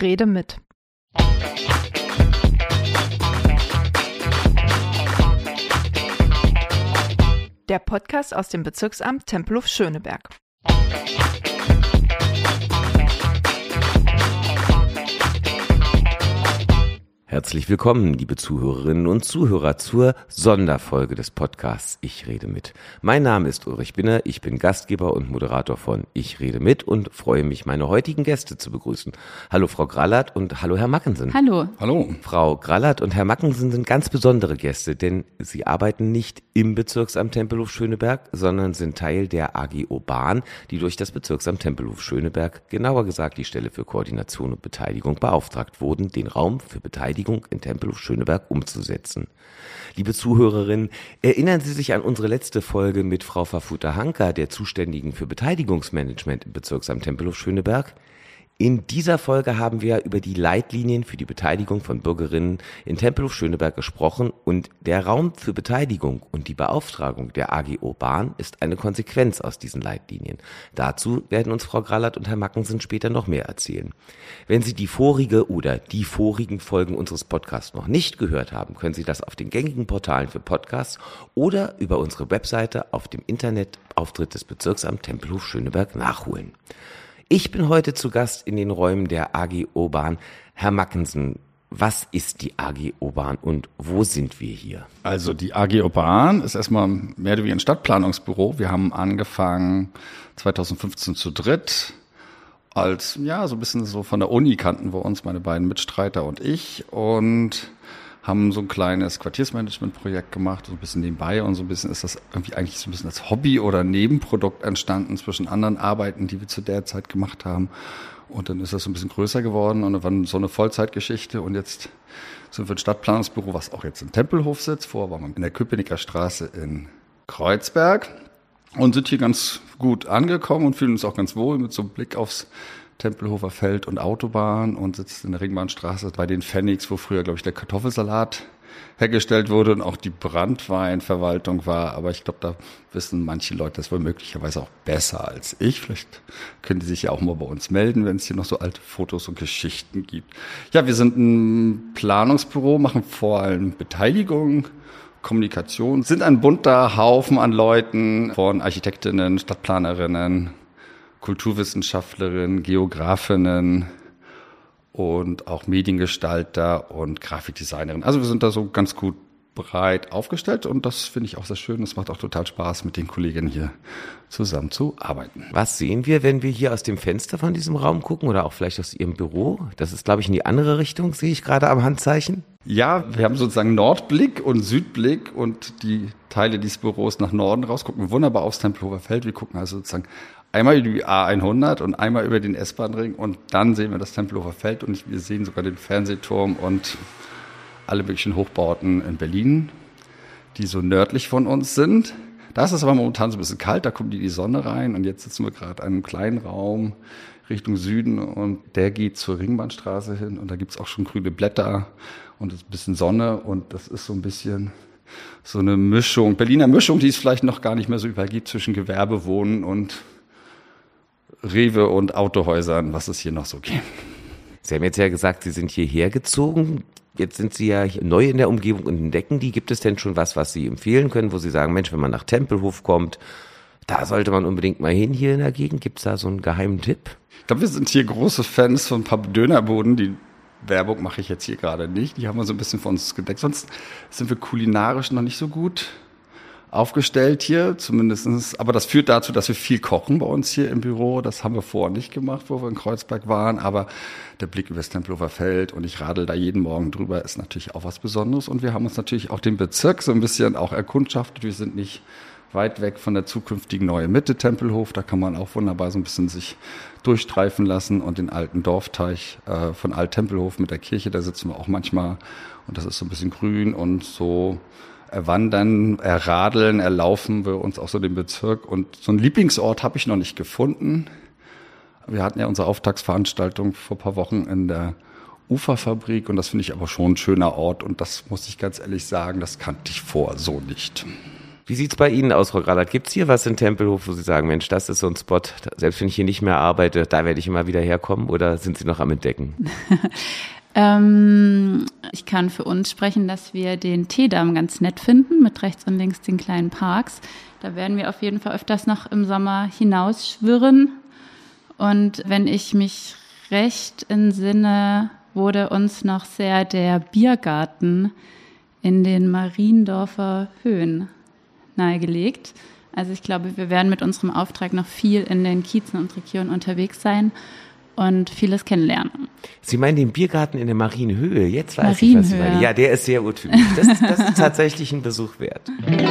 rede mit. Der Podcast aus dem Bezirksamt Tempelhof-Schöneberg. Herzlich willkommen, liebe Zuhörerinnen und Zuhörer, zur Sonderfolge des Podcasts Ich rede mit. Mein Name ist Ulrich Binner, ich bin Gastgeber und Moderator von Ich rede mit und freue mich, meine heutigen Gäste zu begrüßen. Hallo Frau Grallert und hallo Herr Mackensen. Hallo. Hallo. Frau Grallert und Herr Mackensen sind ganz besondere Gäste, denn sie arbeiten nicht im Bezirksamt Tempelhof-Schöneberg, sondern sind Teil der AGO Bahn, die durch das Bezirksamt Tempelhof-Schöneberg, genauer gesagt die Stelle für Koordination und Beteiligung, beauftragt wurden, den Raum für Beteiligung in Tempelhof-Schöneberg umzusetzen. Liebe Zuhörerinnen, erinnern Sie sich an unsere letzte Folge mit Frau Fafuta-Hanka, der Zuständigen für Beteiligungsmanagement im Bezirksamt Tempelhof-Schöneberg? In dieser Folge haben wir über die Leitlinien für die Beteiligung von Bürgerinnen in Tempelhof-Schöneberg gesprochen und der Raum für Beteiligung und die Beauftragung der AGO Bahn ist eine Konsequenz aus diesen Leitlinien. Dazu werden uns Frau Grallert und Herr Mackensen später noch mehr erzählen. Wenn Sie die vorige oder die vorigen Folgen unseres Podcasts noch nicht gehört haben, können Sie das auf den gängigen Portalen für Podcasts oder über unsere Webseite auf dem Internetauftritt des Bezirksamts Tempelhof-Schöneberg nachholen. Ich bin heute zu Gast in den Räumen der AGO Bahn. Herr Mackensen, was ist die AGO Bahn und wo sind wir hier? Also die AGO Bahn ist erstmal mehr oder weniger ein Stadtplanungsbüro. Wir haben angefangen 2015 zu dritt. Als, ja, so ein bisschen so von der Uni kannten wir uns, meine beiden Mitstreiter und ich, und haben so ein kleines Quartiersmanagement-Projekt gemacht, so ein bisschen nebenbei, und so ein bisschen ist das irgendwie eigentlich so ein bisschen als Hobby oder Nebenprodukt entstanden zwischen anderen Arbeiten, die wir zu der Zeit gemacht haben. Und dann ist das so ein bisschen größer geworden und dann war so eine Vollzeitgeschichte, und jetzt sind wir ein Stadtplanungsbüro, was auch jetzt in Tempelhof sitzt. Vorher waren wir in der Köpenicker Straße in Kreuzberg und sind hier ganz gut angekommen und fühlen uns auch ganz wohl mit so einem Blick aufs Tempelhofer Feld und Autobahn, und sitzt in der Ringbahnstraße bei den Pfennigs, wo früher, glaube ich, der Kartoffelsalat hergestellt wurde und auch die Branntweinverwaltung war. Aber ich glaube, da wissen manche Leute das wohl möglicherweise auch besser als ich. Vielleicht können die sich ja auch mal bei uns melden, wenn es hier noch so alte Fotos und Geschichten gibt. Ja, wir sind ein Planungsbüro, machen vor allem Beteiligung, Kommunikation, sind ein bunter Haufen an Leuten, von Architektinnen, Stadtplanerinnen, Kulturwissenschaftlerinnen, Geografinnen und auch Mediengestalter und Grafikdesignerinnen. Also wir sind da so ganz gut breit aufgestellt, und das finde ich auch sehr schön. Es macht auch total Spaß, mit den Kolleginnen hier zusammen zu arbeiten. Was sehen wir, wenn wir hier aus dem Fenster von diesem Raum gucken oder auch vielleicht aus Ihrem Büro? Das ist, glaube ich, in die andere Richtung, sehe ich gerade am Handzeichen. Ja, wir haben sozusagen Nordblick und Südblick, und die Teile dieses Büros nach Norden raus gucken wunderbar aufs Tempelhofer Feld. Wir gucken also sozusagen einmal über die A100 und einmal über den S-Bahn-Ring, und dann sehen wir das Tempelhofer Feld, und wir sehen sogar den Fernsehturm und alle möglichen Hochbauten in Berlin, die so nördlich von uns sind. Da ist es aber momentan so ein bisschen kalt, da kommt die Sonne rein, und jetzt sitzen wir gerade in einem kleinen Raum Richtung Süden, und der geht zur Ringbahnstraße hin, und da gibt's auch schon grüne Blätter und es ist ein bisschen Sonne, und das ist so ein bisschen so eine Mischung, Berliner Mischung, die es vielleicht noch gar nicht mehr so überall gibt, zwischen Gewerbewohnen und Rewe und Autohäusern, was es hier noch so gibt. Sie haben jetzt ja gesagt, Sie sind hierher gezogen. Jetzt sind Sie ja neu in der Umgebung und entdecken die. Gibt es denn schon was Sie empfehlen können, wo Sie sagen, Mensch, wenn man nach Tempelhof kommt, da sollte man unbedingt mal hin hier in der Gegend? Gibt es da so einen geheimen Tipp? Ich glaube, wir sind hier große Fans von ein paar Dönerbuden. Die Werbung mache ich jetzt hier gerade nicht. Die haben wir so ein bisschen von uns gedeckt. Sonst sind wir kulinarisch noch nicht so gut aufgestellt hier, zumindestens. Aber das führt dazu, dass wir viel kochen bei uns hier im Büro. Das haben wir vorher nicht gemacht, wo wir in Kreuzberg waren. Aber der Blick über das Tempelhofer Feld, und ich radel da jeden Morgen drüber, ist natürlich auch was Besonderes. Und wir haben uns natürlich auch den Bezirk so ein bisschen auch erkundschaftet. Wir sind nicht weit weg von der zukünftigen Neue Mitte Tempelhof. Da kann man auch wunderbar so ein bisschen sich durchstreifen lassen, und den alten Dorfteich von Alt-Tempelhof mit der Kirche, da sitzen wir auch manchmal, und das ist so ein bisschen grün, und so erwandern, erradeln, erlaufen wir uns auch so den Bezirk. Und so einen Lieblingsort habe ich noch nicht gefunden. Wir hatten ja unsere Auftaktsveranstaltung vor ein paar Wochen in der Uferfabrik, und das finde ich aber schon ein schöner Ort, und das muss ich ganz ehrlich sagen, das kannte ich vorher so nicht. Wie sieht's bei Ihnen aus, Frau Grallert? Gibt's hier was in Tempelhof, wo Sie sagen, Mensch, das ist so ein Spot, selbst wenn ich hier nicht mehr arbeite, da werde ich immer wieder herkommen, oder sind Sie noch am Entdecken? Ich kann für uns sprechen, dass wir den Teedamm ganz nett finden, mit rechts und links den kleinen Parks. Da werden wir auf jeden Fall öfters noch im Sommer hinausschwirren. Und wenn ich mich recht entsinne, wurde uns noch sehr der Biergarten in den Mariendorfer Höhen nahegelegt. Also ich glaube, wir werden mit unserem Auftrag noch viel in den Kiezen und Regionen unterwegs sein und vieles kennenlernen. Sie meinen den Biergarten in der Marienhöhe? Jetzt weiß ich, was Sie meinen. Ja, der ist sehr urtypisch. Das ist tatsächlich ein Besuch wert.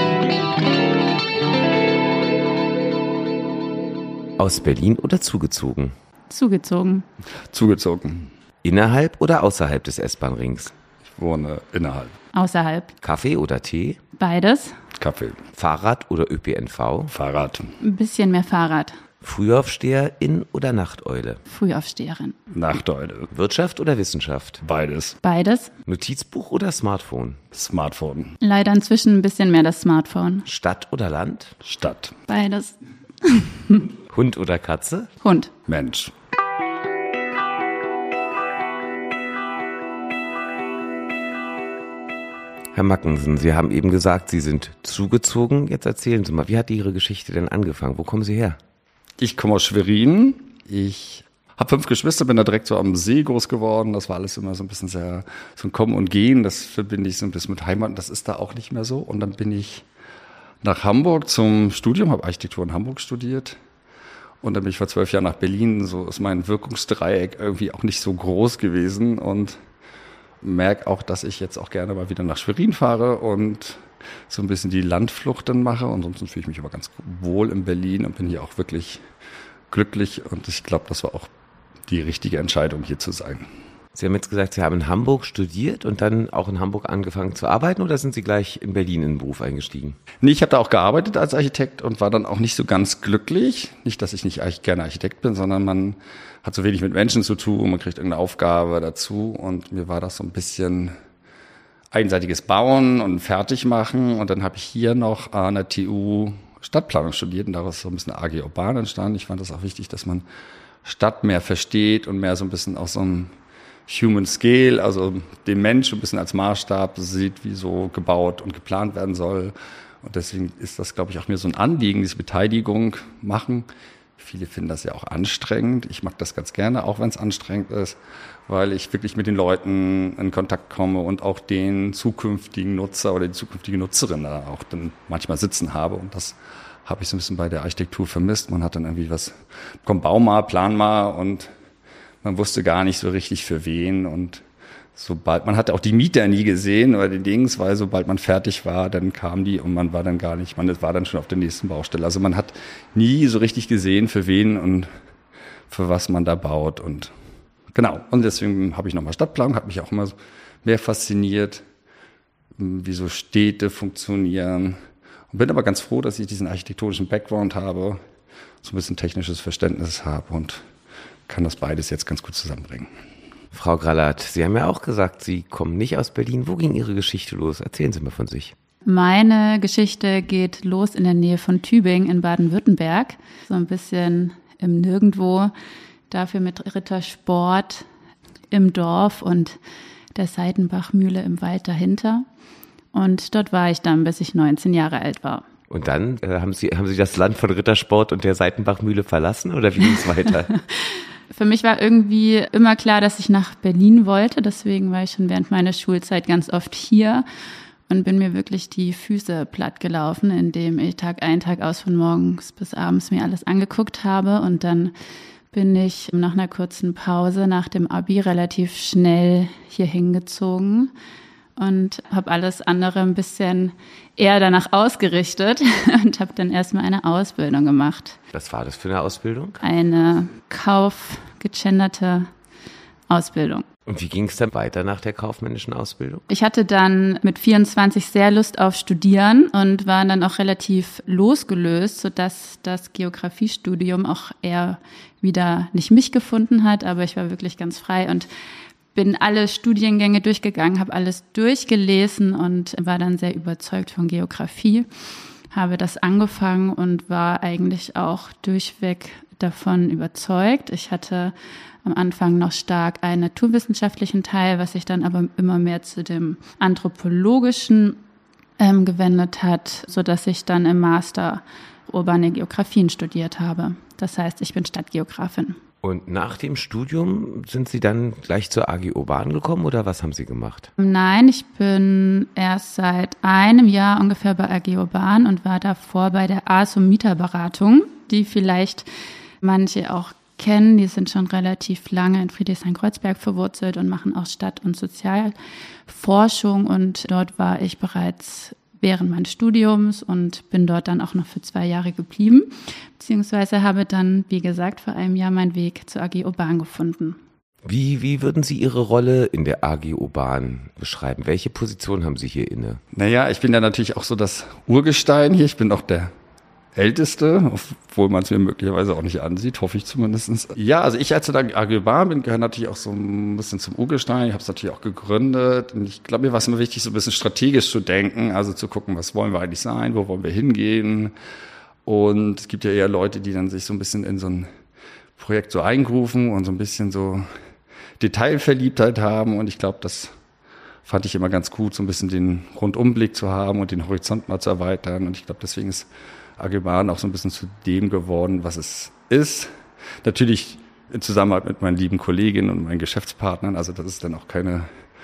Aus Berlin oder zugezogen? Zugezogen. Zugezogen. Innerhalb oder außerhalb des S-Bahn-Rings? Ich wohne innerhalb. Außerhalb. Kaffee oder Tee? Beides. Kaffee. Fahrrad oder ÖPNV? Fahrrad. Ein bisschen mehr Fahrrad. Frühaufsteherin oder Nachteule? Frühaufsteherin. Nachteule. Wirtschaft oder Wissenschaft? Beides. Beides. Notizbuch oder Smartphone? Smartphone. Leider inzwischen ein bisschen mehr das Smartphone. Stadt oder Land? Stadt. Beides. Hund oder Katze? Hund. Mensch. Herr Mackensen, Sie haben eben gesagt, Sie sind zugezogen. Jetzt erzählen Sie mal, wie hat Ihre Geschichte denn angefangen? Wo kommen Sie her? Ich komme aus Schwerin. Ich habe 5 Geschwister, bin da direkt so am See groß geworden. Das war alles immer so ein bisschen sehr so ein Kommen und Gehen. Das verbinde ich so ein bisschen mit Heimat. Und das ist da auch nicht mehr so. Und dann bin ich nach Hamburg zum Studium, habe Architektur in Hamburg studiert. Und dann bin ich vor 12 Jahren nach Berlin. So ist mein Wirkungsdreieck irgendwie auch nicht so groß gewesen. Und merke auch, dass ich jetzt auch gerne mal wieder nach Schwerin fahre und so ein bisschen die Landflucht dann mache. Ansonsten fühle ich mich aber ganz wohl in Berlin und bin hier auch wirklich glücklich. Und ich glaube, das war auch die richtige Entscheidung, hier zu sein. Sie haben jetzt gesagt, Sie haben in Hamburg studiert und dann auch in Hamburg angefangen zu arbeiten, oder sind Sie gleich in Berlin in den Beruf eingestiegen? Nee, ich habe da auch gearbeitet als Architekt und war dann auch nicht so ganz glücklich. Nicht, dass ich nicht gerne Architekt bin, sondern man hat so wenig mit Menschen zu tun, man kriegt irgendeine Aufgabe dazu und mir war das so ein bisschen einseitiges Bauen und Fertigmachen. Und dann habe ich hier noch an der TU Stadtplanung studiert und daraus so ein bisschen AG Urban entstanden. Ich fand das auch wichtig, dass man Stadt mehr versteht und mehr so ein bisschen auch so ein Human Scale, also den Mensch ein bisschen als Maßstab sieht, wie so gebaut und geplant werden soll. Und deswegen ist das, glaube ich, auch mir so ein Anliegen, diese Beteiligung machen. Viele finden das ja auch anstrengend. Ich mag das ganz gerne, auch wenn es anstrengend ist, weil ich wirklich mit den Leuten in Kontakt komme und auch den zukünftigen Nutzer oder die zukünftige Nutzerin da auch dann manchmal sitzen habe. Und das habe ich so ein bisschen bei der Architektur vermisst. Man hat dann irgendwie was, komm, bau mal, plan mal und man wusste gar nicht so richtig für wen und sobald, man hatte auch die Mieter nie gesehen oder die Dings, weil sobald man fertig war, dann kamen die und man war dann gar nicht, man war dann schon auf der nächsten Baustelle. Also man hat nie so richtig gesehen, für wen und für was man da baut und genau. Und deswegen habe ich nochmal Stadtplanung, hat mich auch immer mehr fasziniert, wie so Städte funktionieren und bin aber ganz froh, dass ich diesen architektonischen Background habe, so ein bisschen technisches Verständnis habe und kann das beides jetzt ganz gut zusammenbringen. Frau Grallert, Sie haben ja auch gesagt, Sie kommen nicht aus Berlin. Wo ging Ihre Geschichte los? Erzählen Sie mal von sich. Meine Geschichte geht los in der Nähe von Tübingen in Baden-Württemberg. So ein bisschen im Nirgendwo, dafür mit Rittersport im Dorf und der Seitenbachmühle im Wald dahinter. Und dort war ich dann, bis ich 19 Jahre alt war. Und dann haben Sie das Land von Rittersport und der Seitenbachmühle verlassen oder wie ging es weiter? Für mich war irgendwie immer klar, dass ich nach Berlin wollte. Deswegen war ich schon während meiner Schulzeit ganz oft hier und bin mir wirklich die Füße platt gelaufen, indem ich Tag ein, Tag aus von morgens bis abends mir alles angeguckt habe. Und dann bin ich nach einer kurzen Pause nach dem Abi relativ schnell hier hingezogen und habe alles andere ein bisschen eher danach ausgerichtet und habe dann erstmal eine Ausbildung gemacht. Was war das für eine Ausbildung? Eine kaufgegenderte Ausbildung. Und wie ging es dann weiter nach der kaufmännischen Ausbildung? Ich hatte dann mit 24 sehr Lust auf Studieren und war dann auch relativ losgelöst, sodass das Geografiestudium auch eher wieder nicht mich gefunden hat, aber ich war wirklich ganz frei und bin alle Studiengänge durchgegangen, habe alles durchgelesen und war dann sehr überzeugt von Geografie. habe das angefangen und war eigentlich auch durchweg davon überzeugt. Ich hatte am Anfang noch stark einen naturwissenschaftlichen Teil, was sich dann aber immer mehr zu dem anthropologischen gewendet hat, sodass ich dann im Master urbane Geografien studiert habe. Das heißt, ich bin Stadtgeografin. Und nach dem Studium sind Sie dann gleich zur AG Urban gekommen oder was haben Sie gemacht? Nein, ich bin erst seit einem Jahr ungefähr bei AG Urban und war davor bei der ASUM Mieterberatung, die vielleicht manche auch kennen. Die sind schon relativ lange in Friedrichshain-Kreuzberg verwurzelt und machen auch Stadt- und Sozialforschung. Und dort war ich bereits während meines Studiums und bin dort dann auch noch für 2 Jahre geblieben, beziehungsweise habe dann, wie gesagt, vor einem Jahr meinen Weg zur AG Urban gefunden. Wie würden Sie Ihre Rolle in der AG Urban beschreiben? Welche Position haben Sie hier inne? Naja, ich bin ja natürlich auch so das Urgestein hier. Ich bin auch der Älteste, obwohl man es mir möglicherweise auch nicht ansieht, hoffe ich zumindest. Ja, also ich als der AG Urban bin, gehöre natürlich auch so ein bisschen zum Urgestein. Ich habe es natürlich auch gegründet. Und ich glaube, mir war es immer wichtig, so ein bisschen strategisch zu denken, also zu gucken, was wollen wir eigentlich sein, wo wollen wir hingehen. Und es gibt ja eher Leute, die dann sich so ein bisschen in so ein Projekt so eingrufen und so ein bisschen so Detailverliebtheit haben. Und ich glaube, das fand ich immer ganz gut, so ein bisschen den Rundumblick zu haben und den Horizont mal zu erweitern. Und ich glaube, deswegen ist AG Urban auch so ein bisschen zu dem geworden, was es ist. Natürlich in Zusammenarbeit mit meinen lieben Kolleginnen und meinen Geschäftspartnern. Also das ist dann auch keine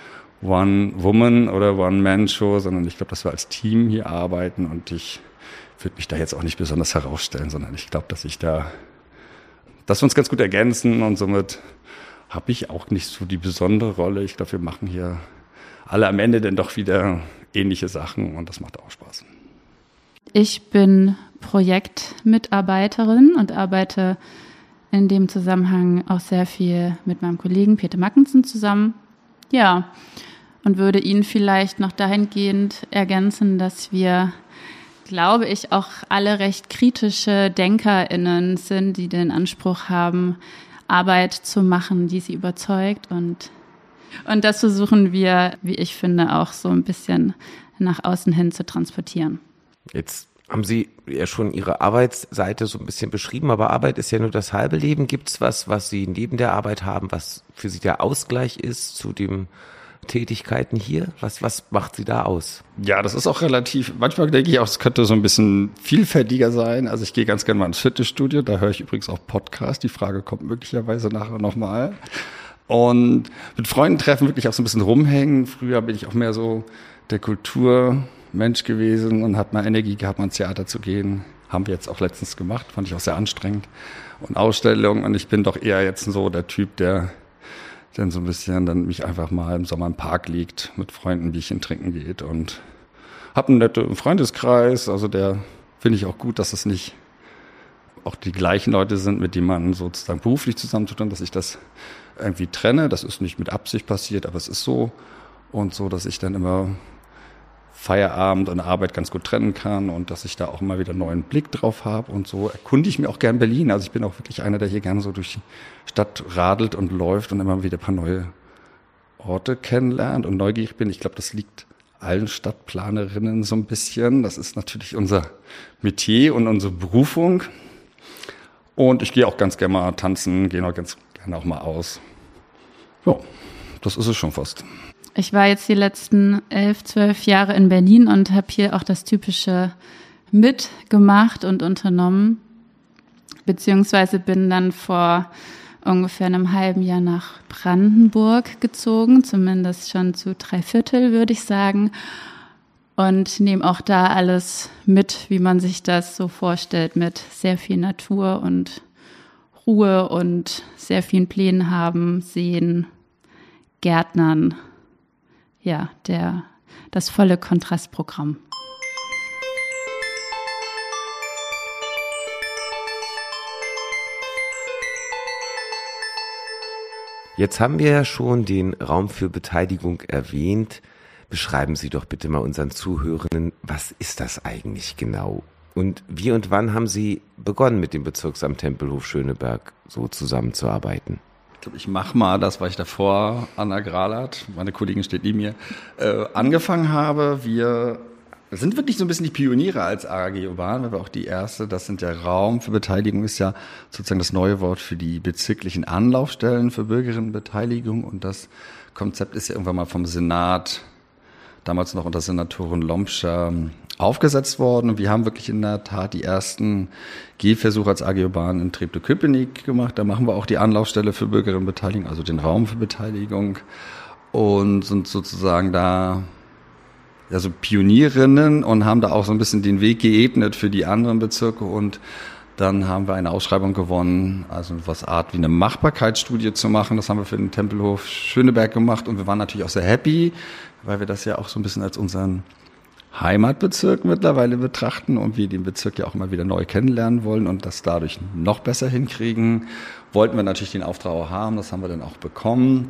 One-Woman- oder One-Man-Show, sondern ich glaube, dass wir als Team hier arbeiten und ich würde mich da jetzt auch nicht besonders herausstellen, sondern ich glaube, dass wir uns ganz gut ergänzen und somit habe ich auch nicht so die besondere Rolle. Ich glaube, wir machen hier alle am Ende dann doch wieder ähnliche Sachen und das macht auch Spaß. Ich bin Projektmitarbeiterin und arbeite in dem Zusammenhang auch sehr viel mit meinem Kollegen Peter Mackensen zusammen. Ja, und würde ihn vielleicht noch dahingehend ergänzen, dass wir, glaube ich, auch alle recht kritische DenkerInnen sind, die den Anspruch haben, Arbeit zu machen, die sie überzeugt. Und das versuchen wir, wie ich finde, auch so ein bisschen nach außen hin zu transportieren. Jetzt haben Sie ja schon Ihre Arbeitsseite so ein bisschen beschrieben, aber Arbeit ist ja nur das halbe Leben. Gibt es was Sie neben der Arbeit haben, was für Sie der Ausgleich ist zu den Tätigkeiten hier? Was macht Sie da aus? Ja, das ist auch relativ, manchmal denke ich auch, es könnte so ein bisschen vielfältiger sein. Also ich gehe ganz gerne mal ins Fitnessstudio, da höre ich übrigens auch Podcast. Die Frage kommt möglicherweise nachher nochmal. Und mit Freunden treffen, wirklich auch so ein bisschen rumhängen. Früher bin ich auch mehr so der Kulturmensch gewesen und hat mal Energie gehabt, mal ins Theater zu gehen. Haben wir jetzt auch letztens gemacht, fand ich auch sehr anstrengend. Und Ausstellungen. Und ich bin doch eher jetzt so der Typ, der dann so ein bisschen dann mich einfach mal im Sommer im Park liegt, mit Freunden Bierchen trinken geht. Und habe einen netten Freundeskreis. Also der finde ich auch gut, dass es nicht auch die gleichen Leute sind, mit denen man sozusagen beruflich zusammentut und dass ich das irgendwie trenne. Das ist nicht mit Absicht passiert, aber es ist so. Und so, dass ich dann immer Feierabend und Arbeit ganz gut trennen kann und dass ich da auch immer wieder einen neuen Blick drauf habe. Und so erkunde ich mir auch gern Berlin. Also ich bin auch wirklich einer, der hier gerne so durch die Stadt radelt und läuft und immer wieder ein paar neue Orte kennenlernt und neugierig bin. Ich glaube, das liegt allen Stadtplanerinnen so ein bisschen. Das ist natürlich unser Metier und unsere Berufung. Und ich gehe auch ganz gerne mal tanzen, gehe auch ganz gerne auch mal aus. Ja, das ist es schon fast. Ich war jetzt die letzten 11, 12 Jahre in Berlin und habe hier auch das Typische mitgemacht und unternommen, beziehungsweise bin dann vor ungefähr einem halben Jahr nach Brandenburg gezogen, zumindest schon zu 3/4, würde ich sagen, und nehme auch da alles mit, wie man sich das so vorstellt, mit sehr viel Natur und Ruhe und sehr vielen Plänen haben, Seen, Gärtnern. Ja, das volle Kontrastprogramm. Jetzt haben wir ja schon den Raum für Beteiligung erwähnt. Beschreiben Sie doch bitte mal unseren Zuhörenden, was ist das eigentlich genau? Und wie und wann haben Sie begonnen, mit dem Bezirksamt Tempelhof Schöneberg so zusammenzuarbeiten? Ich glaube, ich mache mal das, was ich davor, Anna Gralert, meine Kollegin steht neben mir, angefangen habe. Wir Wir sind wirklich so ein bisschen die Pioniere als AG Urban, weil wir auch die erste, das sind ja Raum für Beteiligung, ist ja sozusagen das neue Wort für die bezirklichen Anlaufstellen für Bürgerinnenbeteiligung. Und das Konzept ist ja irgendwann mal vom Senat, damals noch unter Senatorin Lompscher, aufgesetzt worden. Und wir haben wirklich in der Tat die ersten Gehversuche als AG Urban in Treptow-Köpenick gemacht. Da machen wir auch die Anlaufstelle für Bürgerinnenbeteiligung, also den Raum für Beteiligung. Und sind sozusagen da so Pionierinnen und haben da auch so ein bisschen den Weg geebnet für die anderen Bezirke. Und dann haben wir eine Ausschreibung gewonnen, also was Art wie eine Machbarkeitsstudie zu machen. Das haben wir für den Tempelhof Schöneberg gemacht. Und wir waren natürlich auch sehr happy, weil wir das ja auch so ein bisschen als unseren Heimatbezirk mittlerweile betrachten und wir den Bezirk ja auch immer wieder neu kennenlernen wollen und das dadurch noch besser hinkriegen. Wollten wir natürlich den Auftrag auch haben, das haben wir dann auch bekommen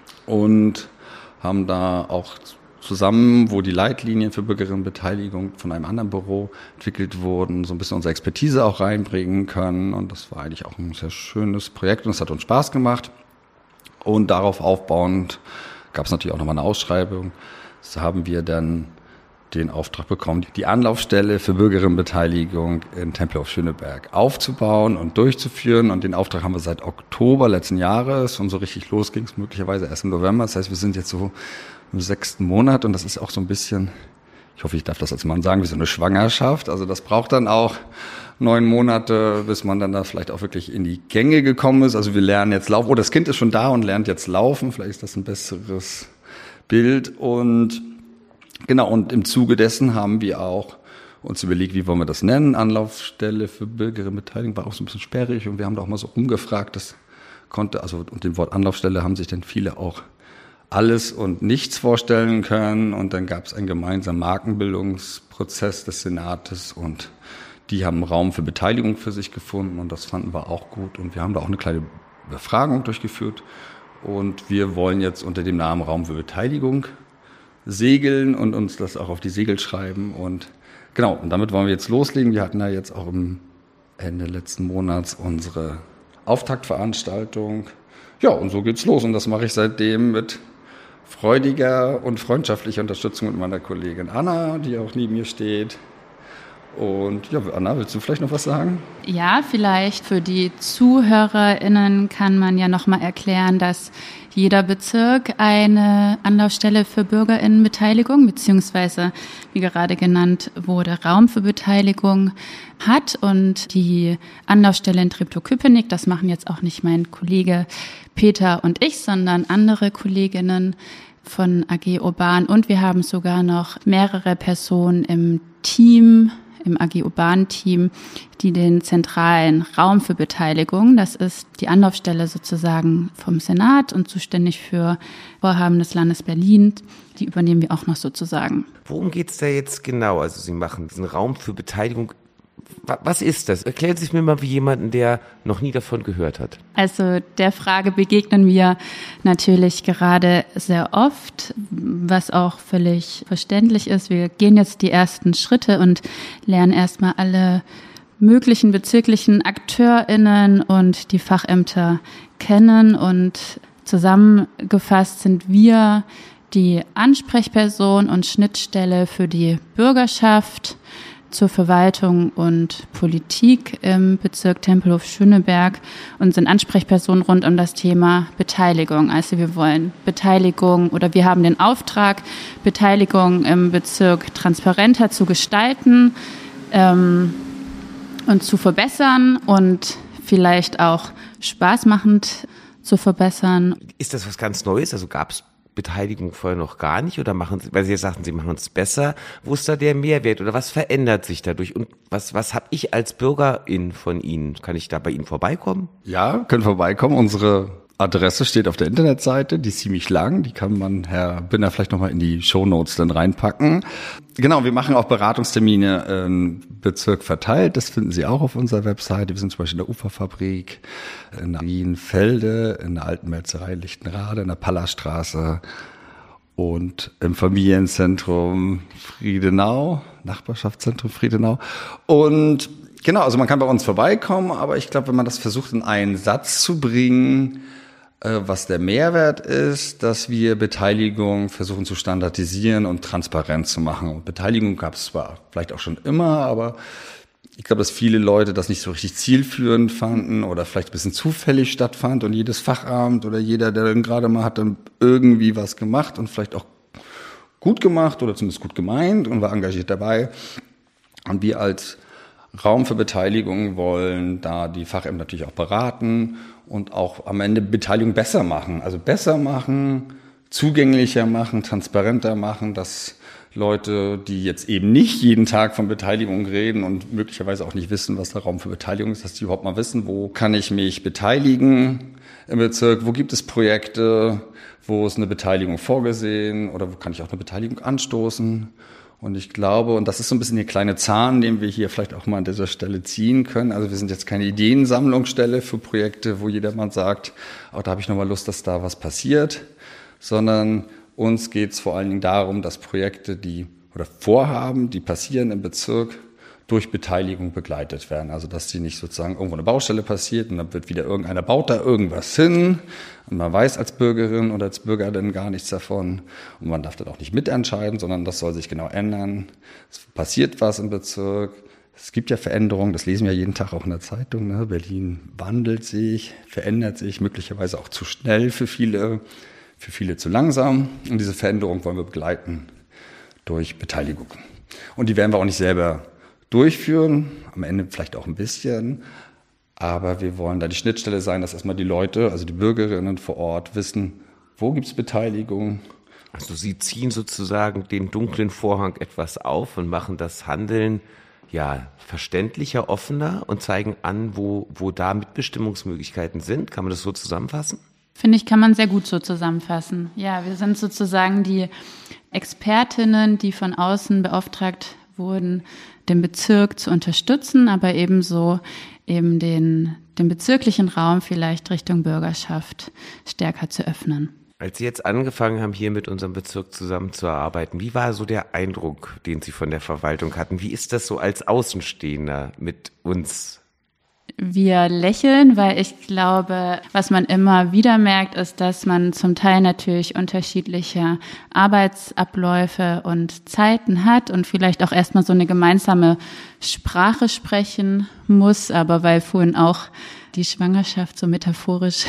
und haben da auch zusammen, wo die Leitlinien für Bürgerinnenbeteiligung von einem anderen Büro entwickelt wurden, so ein bisschen unsere Expertise auch reinbringen können. Und das war eigentlich auch ein sehr schönes Projekt und es hat uns Spaß gemacht. Und darauf aufbauend gab es natürlich auch nochmal eine Ausschreibung. So haben wir dann den Auftrag bekommen, die Anlaufstelle für Bürgerinnenbeteiligung in Tempelhof Schöneberg aufzubauen und durchzuführen. Und den Auftrag haben wir seit Oktober letzten Jahres und so richtig los ging es möglicherweise erst im November. Das heißt, wir sind jetzt so im 6. Monat und das ist auch so ein bisschen, ich hoffe, ich darf das als Mann sagen, wie so eine Schwangerschaft. Also das braucht dann auch 9 Monate, bis man dann da vielleicht auch wirklich in die Gänge gekommen ist. Also wir lernen jetzt laufen. Oh, das Kind ist schon da und lernt jetzt laufen. Vielleicht ist das ein besseres Bild. Und genau, und im Zuge dessen haben wir auch uns überlegt, wie wollen wir das nennen. Anlaufstelle für Bürgerinnenbeteiligung war auch so ein bisschen sperrig und wir haben da auch mal so rumgefragt. Das konnte, also und dem Wort Anlaufstelle haben sich dann viele auch alles und nichts vorstellen können. Und dann gab es einen gemeinsamen Markenbildungsprozess des Senates und die haben Raum für Beteiligung für sich gefunden und das fanden wir auch gut. Und wir haben da auch eine kleine Befragung durchgeführt und wir wollen jetzt unter dem Namen Raum für Beteiligung segeln und uns das auch auf die Segel schreiben. Und genau, und damit wollen wir jetzt loslegen. Wir hatten ja jetzt auch am Ende letzten Monats unsere Auftaktveranstaltung. Ja, und so geht's los. Und das mache ich seitdem mit freudiger und freundschaftlicher Unterstützung mit meiner Kollegin Anna, die auch neben mir steht. Und ja, Anna, willst du vielleicht noch was sagen? Ja, vielleicht für die ZuhörerInnen kann man ja nochmal erklären, dass jeder Bezirk eine Anlaufstelle für BürgerInnenbeteiligung, beziehungsweise, wie gerade genannt wurde, Raum für Beteiligung hat. Und die Anlaufstelle in Treptow-Köpenick, das machen jetzt auch nicht mein Kollege Peter und ich, sondern andere Kolleginnen von AG Urban. Und wir haben sogar noch mehrere Personen im Team, im AG Urban-Team, die den zentralen Raum für Beteiligung, das ist die Anlaufstelle sozusagen vom Senat und zuständig für Vorhaben des Landes Berlin, die übernehmen wir auch noch sozusagen. Worum geht's da jetzt genau? Also Sie machen diesen Raum für Beteiligung. Was ist das? Erklären Sie es mir mal wie jemanden, der noch nie davon gehört hat. Also der Frage begegnen wir natürlich gerade sehr oft, was auch völlig verständlich ist. Wir gehen jetzt die ersten Schritte und lernen erstmal alle möglichen bezirklichen AkteurInnen und die Fachämter kennen. Und zusammengefasst sind wir die Ansprechperson und Schnittstelle für die Bürgerschaft zur Verwaltung und Politik im Bezirk Tempelhof-Schöneberg und sind Ansprechpersonen rund um das Thema Beteiligung. Also wir wollen Beteiligung oder wir haben den Auftrag, Beteiligung im Bezirk transparenter zu gestalten und zu verbessern und vielleicht auch spaßmachend zu verbessern. Ist das was ganz Neues? Also gab es Beteiligung vorher noch gar nicht oder machen Sie, weil Sie sagten, Sie machen es besser. Wo ist da der Mehrwert oder was verändert sich dadurch? Und was habe ich als Bürgerin von Ihnen? Kann ich da bei Ihnen vorbeikommen? Ja, können vorbeikommen. Unsere Adresse steht auf der Internetseite, die ist ziemlich lang. Die kann man, Herr Binner, vielleicht nochmal in die Shownotes dann reinpacken. Genau, wir machen auch Beratungstermine im Bezirk verteilt. Das finden Sie auch auf unserer Webseite. Wir sind zum Beispiel in der Uferfabrik, in Rienfelde, in der Alten Melzerei Lichtenrade, in der Pallerstraße und im Familienzentrum Friedenau, Nachbarschaftszentrum Friedenau. Und genau, also man kann bei uns vorbeikommen, aber ich glaube, wenn man das versucht in einen Satz zu bringen, Was der Mehrwert ist, dass wir Beteiligung versuchen zu standardisieren und transparent zu machen. Und Beteiligung gab es zwar vielleicht auch schon immer, aber ich glaube, dass viele Leute das nicht so richtig zielführend fanden oder vielleicht ein bisschen zufällig stattfand und jedes Fachamt oder jeder, der dann gerade mal hat, dann irgendwie was gemacht und vielleicht auch gut gemacht oder zumindest gut gemeint und war engagiert dabei. Und wir als Raum für Beteiligung wollen da die Fachämter natürlich auch beraten und auch am Ende Beteiligung besser machen. Also besser machen, zugänglicher machen, transparenter machen, dass Leute, die jetzt eben nicht jeden Tag von Beteiligung reden und möglicherweise auch nicht wissen, was der Raum für Beteiligung ist, dass die überhaupt mal wissen, wo kann ich mich beteiligen im Bezirk, wo gibt es Projekte, wo ist eine Beteiligung vorgesehen oder wo kann ich auch eine Beteiligung anstoßen. Und ich glaube, und das ist so ein bisschen der kleine Zahn, den wir hier vielleicht auch mal an dieser Stelle ziehen können. Also wir sind jetzt keine Ideensammlungsstelle für Projekte, wo jedermann sagt, oh, da habe ich nochmal Lust, dass da was passiert, sondern uns geht es vor allen Dingen darum, dass Projekte, oder Vorhaben, die passieren im Bezirk, durch Beteiligung begleitet werden. Also dass die nicht sozusagen irgendwo eine Baustelle passiert und dann wird wieder irgendeiner baut da irgendwas hin und man weiß als Bürgerin oder als Bürger dann gar nichts davon und man darf dann auch nicht mitentscheiden, sondern das soll sich genau ändern. Es passiert was im Bezirk. Es gibt ja Veränderungen, das lesen wir jeden Tag auch in der Zeitung. Ne? Berlin wandelt sich, verändert sich, möglicherweise auch zu schnell für viele zu langsam. Und diese Veränderung wollen wir begleiten durch Beteiligung. Und die werden wir auch nicht selber durchführen, am Ende vielleicht auch ein bisschen, aber wir wollen da die Schnittstelle sein, dass erstmal die Leute, also die Bürgerinnen vor Ort wissen, wo gibt's Beteiligung. Also Sie ziehen sozusagen den dunklen Vorhang etwas auf und machen das Handeln ja verständlicher, offener und zeigen an, wo da Mitbestimmungsmöglichkeiten sind. Kann man das so zusammenfassen? Finde ich, kann man sehr gut so zusammenfassen. Ja, wir sind sozusagen die Expertinnen, die von außen beauftragt wurden, den Bezirk zu unterstützen, aber ebenso eben den bezirklichen Raum vielleicht Richtung Bürgerschaft stärker zu öffnen. Als Sie jetzt angefangen haben, hier mit unserem Bezirk zusammenzuarbeiten, wie war so der Eindruck, den Sie von der Verwaltung hatten? Wie ist das so als Außenstehender mit uns? Wir lächeln, weil ich glaube, was man immer wieder merkt, ist, dass man zum Teil natürlich unterschiedliche Arbeitsabläufe und Zeiten hat und vielleicht auch erstmal so eine gemeinsame Sprache sprechen muss. Aber weil vorhin auch die Schwangerschaft so metaphorisch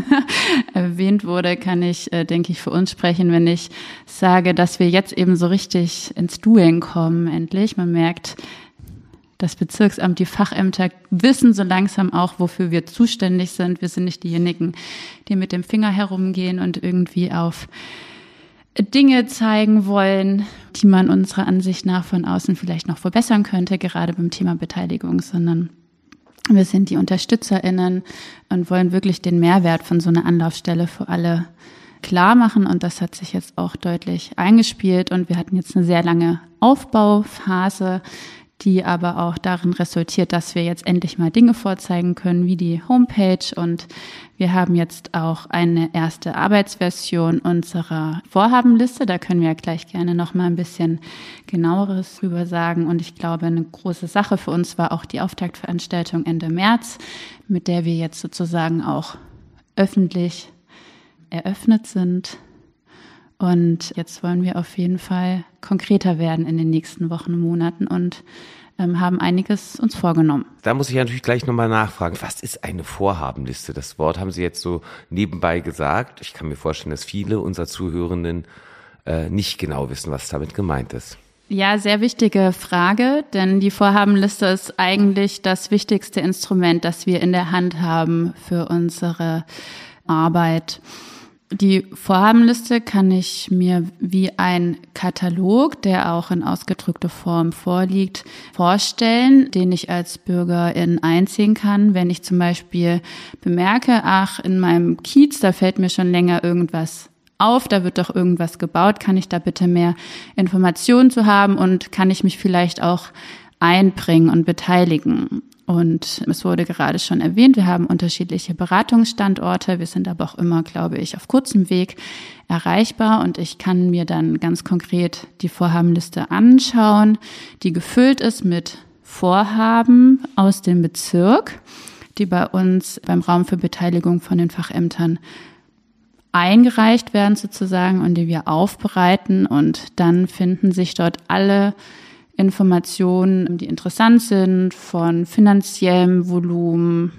erwähnt wurde, kann ich, denke ich, für uns sprechen, wenn ich sage, dass wir jetzt eben so richtig ins Doing kommen, endlich. Man merkt, das Bezirksamt, die Fachämter wissen so langsam auch, wofür wir zuständig sind. Wir sind nicht diejenigen, die mit dem Finger herumgehen und irgendwie auf Dinge zeigen wollen, die man unserer Ansicht nach von außen vielleicht noch verbessern könnte, gerade beim Thema Beteiligung, sondern wir sind die UnterstützerInnen und wollen wirklich den Mehrwert von so einer Anlaufstelle für alle klar machen. Und das hat sich jetzt auch deutlich eingespielt. Und wir hatten jetzt eine sehr lange Aufbauphase, die aber auch darin resultiert, dass wir jetzt endlich mal Dinge vorzeigen können, wie die Homepage. Und wir haben jetzt auch eine erste Arbeitsversion unserer Vorhabenliste. Da können wir ja gleich gerne noch mal ein bisschen genaueres drüber sagen. Und ich glaube, eine große Sache für uns war auch die Auftaktveranstaltung Ende März, mit der wir jetzt sozusagen auch öffentlich eröffnet sind. Und jetzt wollen wir auf jeden Fall konkreter werden in den nächsten Wochen und Monaten und haben einiges uns vorgenommen. Da muss ich natürlich gleich nochmal nachfragen, was ist eine Vorhabenliste? Das Wort haben Sie jetzt so nebenbei gesagt. Ich kann mir vorstellen, dass viele unserer Zuhörenden nicht genau wissen, was damit gemeint ist. Ja, sehr wichtige Frage, denn die Vorhabenliste ist eigentlich das wichtigste Instrument, das wir in der Hand haben für unsere Arbeit. Die Vorhabenliste kann ich mir wie ein Katalog, der auch in ausgedrückter Form vorliegt, vorstellen, den ich als Bürgerin einziehen kann. Wenn ich zum Beispiel bemerke, ach, in meinem Kiez, da fällt mir schon länger irgendwas auf, da wird doch irgendwas gebaut, kann ich da bitte mehr Informationen zu haben und kann ich mich vielleicht auch einbringen und beteiligen. Und es wurde gerade schon erwähnt, wir haben unterschiedliche Beratungsstandorte. Wir sind aber auch immer, glaube ich, auf kurzem Weg erreichbar. Und ich kann mir dann ganz konkret die Vorhabenliste anschauen, die gefüllt ist mit Vorhaben aus dem Bezirk, die bei uns beim Raum für Beteiligung von den Fachämtern eingereicht werden sozusagen und die wir aufbereiten und dann finden sich dort alle Informationen, die interessant sind, von finanziellem Volumen,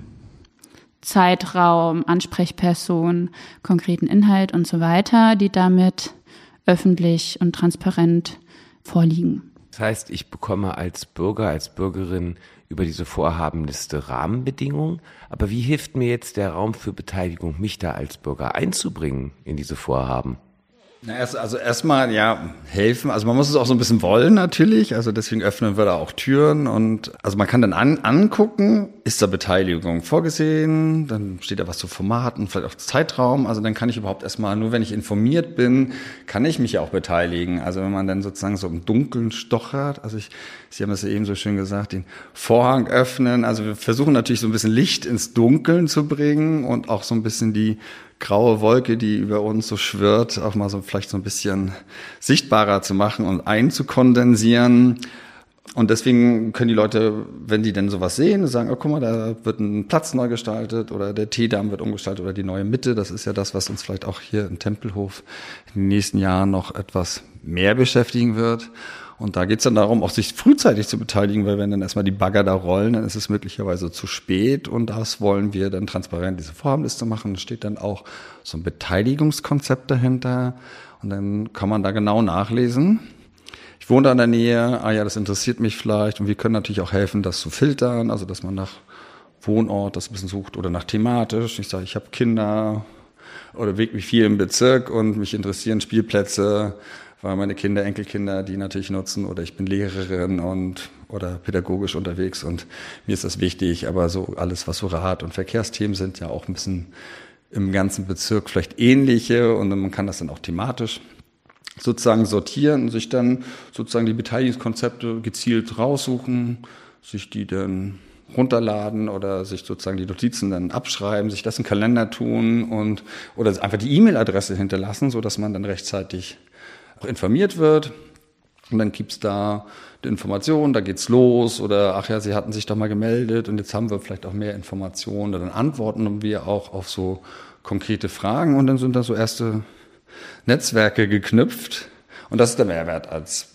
Zeitraum, Ansprechperson, konkreten Inhalt und so weiter, die damit öffentlich und transparent vorliegen. Das heißt, ich bekomme als Bürger, als Bürgerin über diese Vorhabenliste Rahmenbedingungen. Aber wie hilft mir jetzt der Raum für Beteiligung, mich da als Bürger einzubringen in diese Vorhaben? Na, erstmal helfen. Also man muss es auch so ein bisschen wollen natürlich. Also deswegen öffnen wir da auch Türen und also man kann dann angucken, ist da Beteiligung vorgesehen, dann steht da was zu Formaten, vielleicht auch Zeitraum. Also dann kann ich überhaupt erstmal, nur wenn ich informiert bin, kann ich mich ja auch beteiligen. Also wenn man dann sozusagen so im Dunkeln stochert, Sie haben es ja eben so schön gesagt, den Vorhang öffnen. Also wir versuchen natürlich so ein bisschen Licht ins Dunkeln zu bringen und auch so ein bisschen die graue Wolke, die über uns so schwirrt, auch mal so vielleicht so ein bisschen sichtbarer zu machen und einzukondensieren. Und deswegen können die Leute, wenn die denn sowas sehen, sagen, oh, guck mal, da wird ein Platz neu gestaltet oder der Teedamm wird umgestaltet oder die neue Mitte. Das ist ja das, was uns vielleicht auch hier im Tempelhof in den nächsten Jahren noch etwas mehr beschäftigen wird. Und da geht's dann darum, auch sich frühzeitig zu beteiligen, weil wenn dann erstmal die Bagger da rollen, dann ist es möglicherweise zu spät. Und das wollen wir dann transparent, diese Vorhabenliste machen. Da steht dann auch so ein Beteiligungskonzept dahinter. Und dann kann man da genau nachlesen. Ich wohne da in der Nähe, das interessiert mich vielleicht. Und wir können natürlich auch helfen, das zu filtern, also dass man nach Wohnort das ein bisschen sucht oder nach thematisch. Ich sage, ich habe Kinder oder bewege mich viel im Bezirk und mich interessieren Spielplätze, weil meine Kinder, Enkelkinder, die natürlich nutzen, oder ich bin Lehrerin oder pädagogisch unterwegs und mir ist das wichtig, aber so alles, was so Rad- und Verkehrsthemen sind, ja auch ein bisschen im ganzen Bezirk vielleicht ähnliche und man kann das dann auch thematisch sozusagen sortieren und sich dann sozusagen die Beteiligungskonzepte gezielt raussuchen, sich die dann runterladen oder sich sozusagen die Notizen dann abschreiben, sich das in den Kalender tun oder einfach die E-Mail-Adresse hinterlassen, so dass man dann rechtzeitig auch informiert wird. Und dann gibt's da die Information, da geht's los oder Sie hatten sich doch mal gemeldet und jetzt haben wir vielleicht auch mehr Informationen. Dann antworten wir auch auf so konkrete Fragen und dann sind da so erste Netzwerke geknüpft. Und das ist der Mehrwert als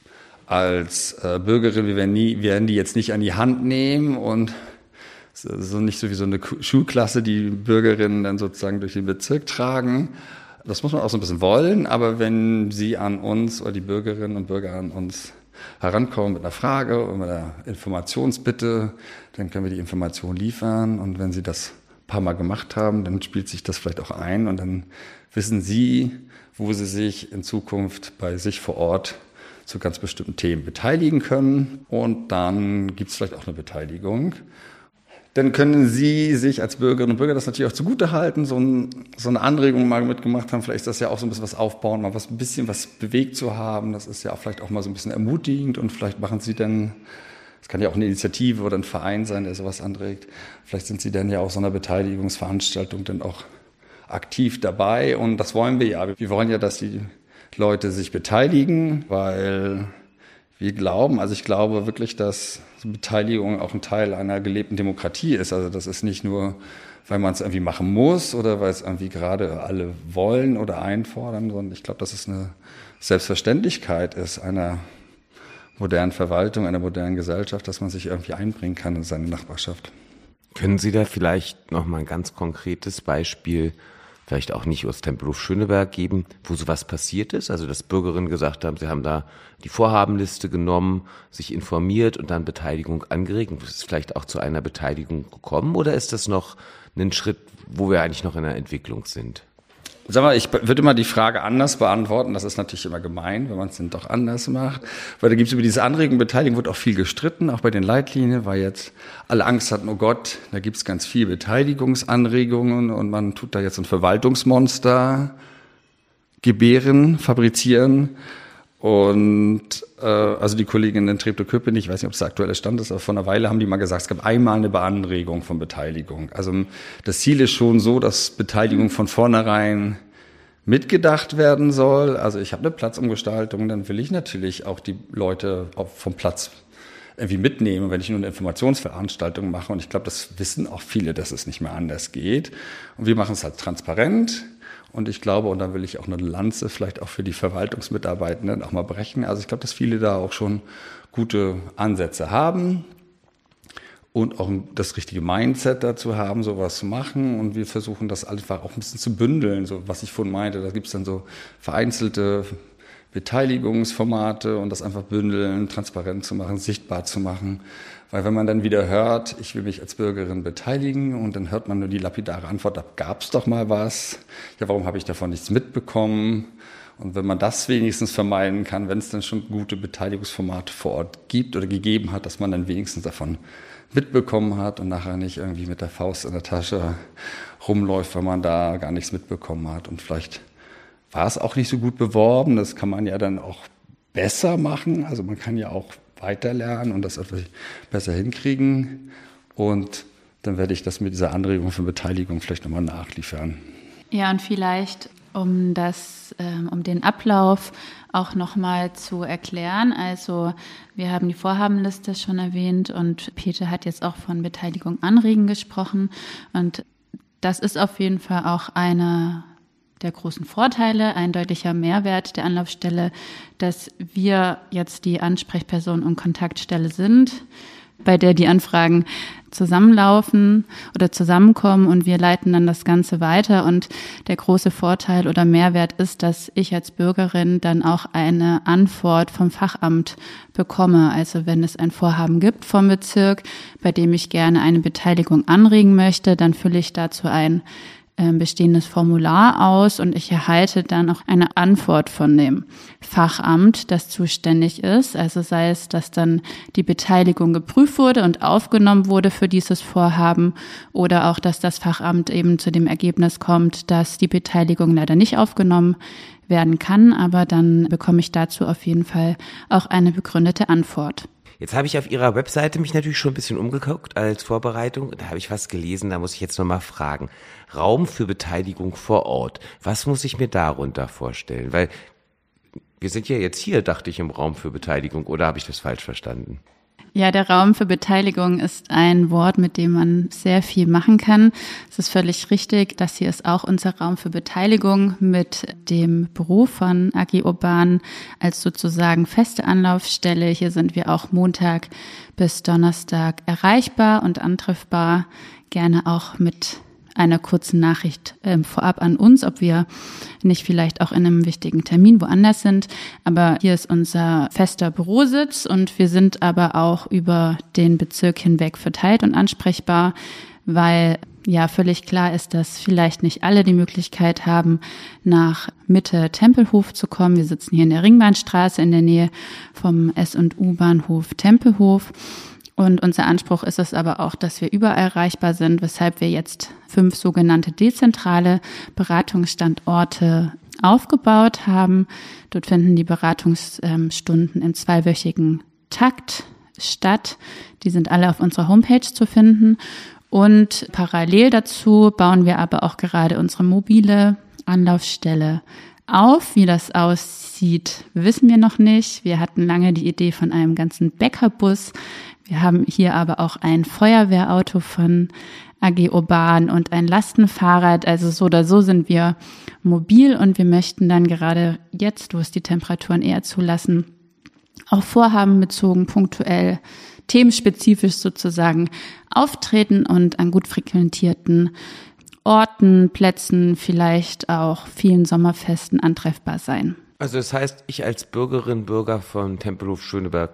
Bürgerin. Wir werden die jetzt nicht an die Hand nehmen und so nicht so wie so eine Schulklasse die Bürgerinnen dann sozusagen durch den Bezirk tragen. Das muss man auch so ein bisschen wollen, aber wenn Sie an uns oder die Bürgerinnen und Bürger an uns herankommen mit einer Frage oder mit einer Informationsbitte, dann können wir die Information liefern und wenn Sie das ein paar Mal gemacht haben, dann spielt sich das vielleicht auch ein und dann wissen Sie, wo Sie sich in Zukunft bei sich vor Ort zu ganz bestimmten Themen beteiligen können und dann gibt es vielleicht auch eine Beteiligung. Dann können Sie sich als Bürgerinnen und Bürger das natürlich auch zugutehalten, so eine Anregung mal mitgemacht haben. Vielleicht ist das ja auch so ein bisschen was aufbauen, mal ein bisschen was bewegt zu haben. Das ist ja vielleicht auch mal so ein bisschen ermutigend und vielleicht machen Sie dann, das kann ja auch eine Initiative oder ein Verein sein, der sowas anregt. Vielleicht sind Sie dann ja auch so einer Beteiligungsveranstaltung dann auch aktiv dabei und das wollen wir ja. Wir wollen ja, dass die Leute sich beteiligen, weil wir glauben, ich glaube wirklich, dass Beteiligung auch ein Teil einer gelebten Demokratie ist. Also das ist nicht nur, weil man es irgendwie machen muss oder weil es irgendwie gerade alle wollen oder einfordern, sondern ich glaube, dass es eine Selbstverständlichkeit ist einer modernen Verwaltung, einer modernen Gesellschaft, dass man sich irgendwie einbringen kann in seine Nachbarschaft. Können Sie da vielleicht noch mal ein ganz konkretes Beispiel, vielleicht auch nicht aus Tempelhof Schöneberg geben, wo sowas passiert ist? Also dass Bürgerinnen gesagt haben, sie haben da die Vorhabenliste genommen, sich informiert und dann Beteiligung angeregt. Und ist es vielleicht auch zu einer Beteiligung gekommen oder ist das noch ein Schritt, wo wir eigentlich noch in der Entwicklung sind? Sag mal, ich würde immer die Frage anders beantworten. Das ist natürlich immer gemein, wenn man es dann doch anders macht. Weil da gibt es über diese Anregung, Beteiligung wird auch viel gestritten, auch bei den Leitlinien, weil jetzt alle Angst hatten, oh Gott, da gibt es ganz viel Beteiligungsanregungen und man tut da jetzt ein Verwaltungsmonster gebären, fabrizieren. Und also die Kollegin in Treptow-Köpenick, ich weiß nicht, ob es der aktuelle Stand ist, aber vor einer Weile haben die mal gesagt, es gab einmal eine Beanregung von Beteiligung. Also das Ziel ist schon so, dass Beteiligung von vornherein mitgedacht werden soll. Also ich habe eine Platzumgestaltung, dann will ich natürlich auch die Leute vom Platz irgendwie mitnehmen, wenn ich nur eine Informationsveranstaltung mache. Und ich glaube, das wissen auch viele, dass es nicht mehr anders geht. Und wir machen es halt transparent. Und ich glaube, und da will ich auch eine Lanze vielleicht auch für die Verwaltungsmitarbeitenden auch mal brechen. Also ich glaube, dass viele da auch schon gute Ansätze haben und auch das richtige Mindset dazu haben, sowas zu machen. Und wir versuchen das einfach auch ein bisschen zu bündeln, so was ich vorhin meinte. Da gibt es dann so vereinzelte Beteiligungsformate und das einfach bündeln, transparent zu machen, sichtbar zu machen. Weil wenn man dann wieder hört, ich will mich als Bürgerin beteiligen und dann hört man nur die lapidare Antwort, da gab's doch mal was. Ja, warum habe ich davon nichts mitbekommen? Und wenn man das wenigstens vermeiden kann, wenn es dann schon gute Beteiligungsformate vor Ort gibt oder gegeben hat, dass man dann wenigstens davon mitbekommen hat und nachher nicht irgendwie mit der Faust in der Tasche rumläuft, weil man da gar nichts mitbekommen hat. Und vielleicht war es auch nicht so gut beworben. Das kann man ja dann auch besser machen. Also man kann ja auch weiterlernen und das etwas besser hinkriegen. Und dann werde ich das mit dieser Anregung für Beteiligung vielleicht nochmal nachliefern. Ja, und vielleicht, um den Ablauf auch nochmal zu erklären. Also wir haben die Vorhabenliste schon erwähnt und Peter hat jetzt auch von Beteiligung anregen gesprochen. Und das ist auf jeden Fall auch einer der großen Vorteile, ein deutlicher Mehrwert der Anlaufstelle, dass wir jetzt die Ansprechperson und Kontaktstelle sind, bei der die Anfragen zusammenlaufen oder zusammenkommen und wir leiten dann das Ganze weiter. Und der große Vorteil oder Mehrwert ist, dass ich als Bürgerin dann auch eine Antwort vom Fachamt bekomme. Also wenn es ein Vorhaben gibt vom Bezirk, bei dem ich gerne eine Beteiligung anregen möchte, dann fülle ich dazu ein bestehendes Formular aus und ich erhalte dann auch eine Antwort von dem Fachamt, das zuständig ist. Also sei es, dass dann die Beteiligung geprüft wurde und aufgenommen wurde für dieses Vorhaben oder auch, dass das Fachamt eben zu dem Ergebnis kommt, dass die Beteiligung leider nicht aufgenommen werden kann. Aber dann bekomme ich dazu auf jeden Fall auch eine begründete Antwort. Jetzt habe ich auf Ihrer Webseite mich natürlich schon ein bisschen umgeguckt als Vorbereitung. Da habe ich was gelesen, da muss ich jetzt nochmal fragen. Raum für Beteiligung vor Ort. Was muss ich mir darunter vorstellen? Weil wir sind ja jetzt hier, dachte ich, im Raum für Beteiligung. Oder habe ich das falsch verstanden? Ja, der Raum für Beteiligung ist ein Wort, mit dem man sehr viel machen kann. Es ist völlig richtig. Das hier ist auch unser Raum für Beteiligung mit dem Büro von AG Urban als sozusagen feste Anlaufstelle. Hier sind wir auch Montag bis Donnerstag erreichbar und antreffbar. Gerne auch mit einer kurzen Nachricht vorab an uns, ob wir nicht vielleicht auch in einem wichtigen Termin woanders sind. Aber hier ist unser fester Bürositz und wir sind aber auch über den Bezirk hinweg verteilt und ansprechbar, weil ja völlig klar ist, dass vielleicht nicht alle die Möglichkeit haben, nach Mitte Tempelhof zu kommen. Wir sitzen hier in der Ringbahnstraße in der Nähe vom S&U-Bahnhof Tempelhof. Und unser Anspruch ist es aber auch, dass wir überall erreichbar sind, weshalb wir jetzt 5 sogenannte dezentrale Beratungsstandorte aufgebaut haben. Dort finden die Beratungsstunden im 2-wöchigen Takt statt. Die sind alle auf unserer Homepage zu finden. Und parallel dazu bauen wir aber auch gerade unsere mobile Anlaufstelle auf. Wie das aussieht, wissen wir noch nicht. Wir hatten lange die Idee von einem ganzen Bäckerbus. Wir haben hier aber auch ein Feuerwehrauto von AG Urban und ein Lastenfahrrad. Also so oder so sind wir mobil und wir möchten dann gerade jetzt, wo es die Temperaturen eher zulassen, auch vorhabenbezogen, punktuell, themenspezifisch sozusagen auftreten und an gut frequentierten Orten, Plätzen, vielleicht auch vielen Sommerfesten antreffbar sein. Also das heißt, ich als Bürger von Tempelhof Schöneberg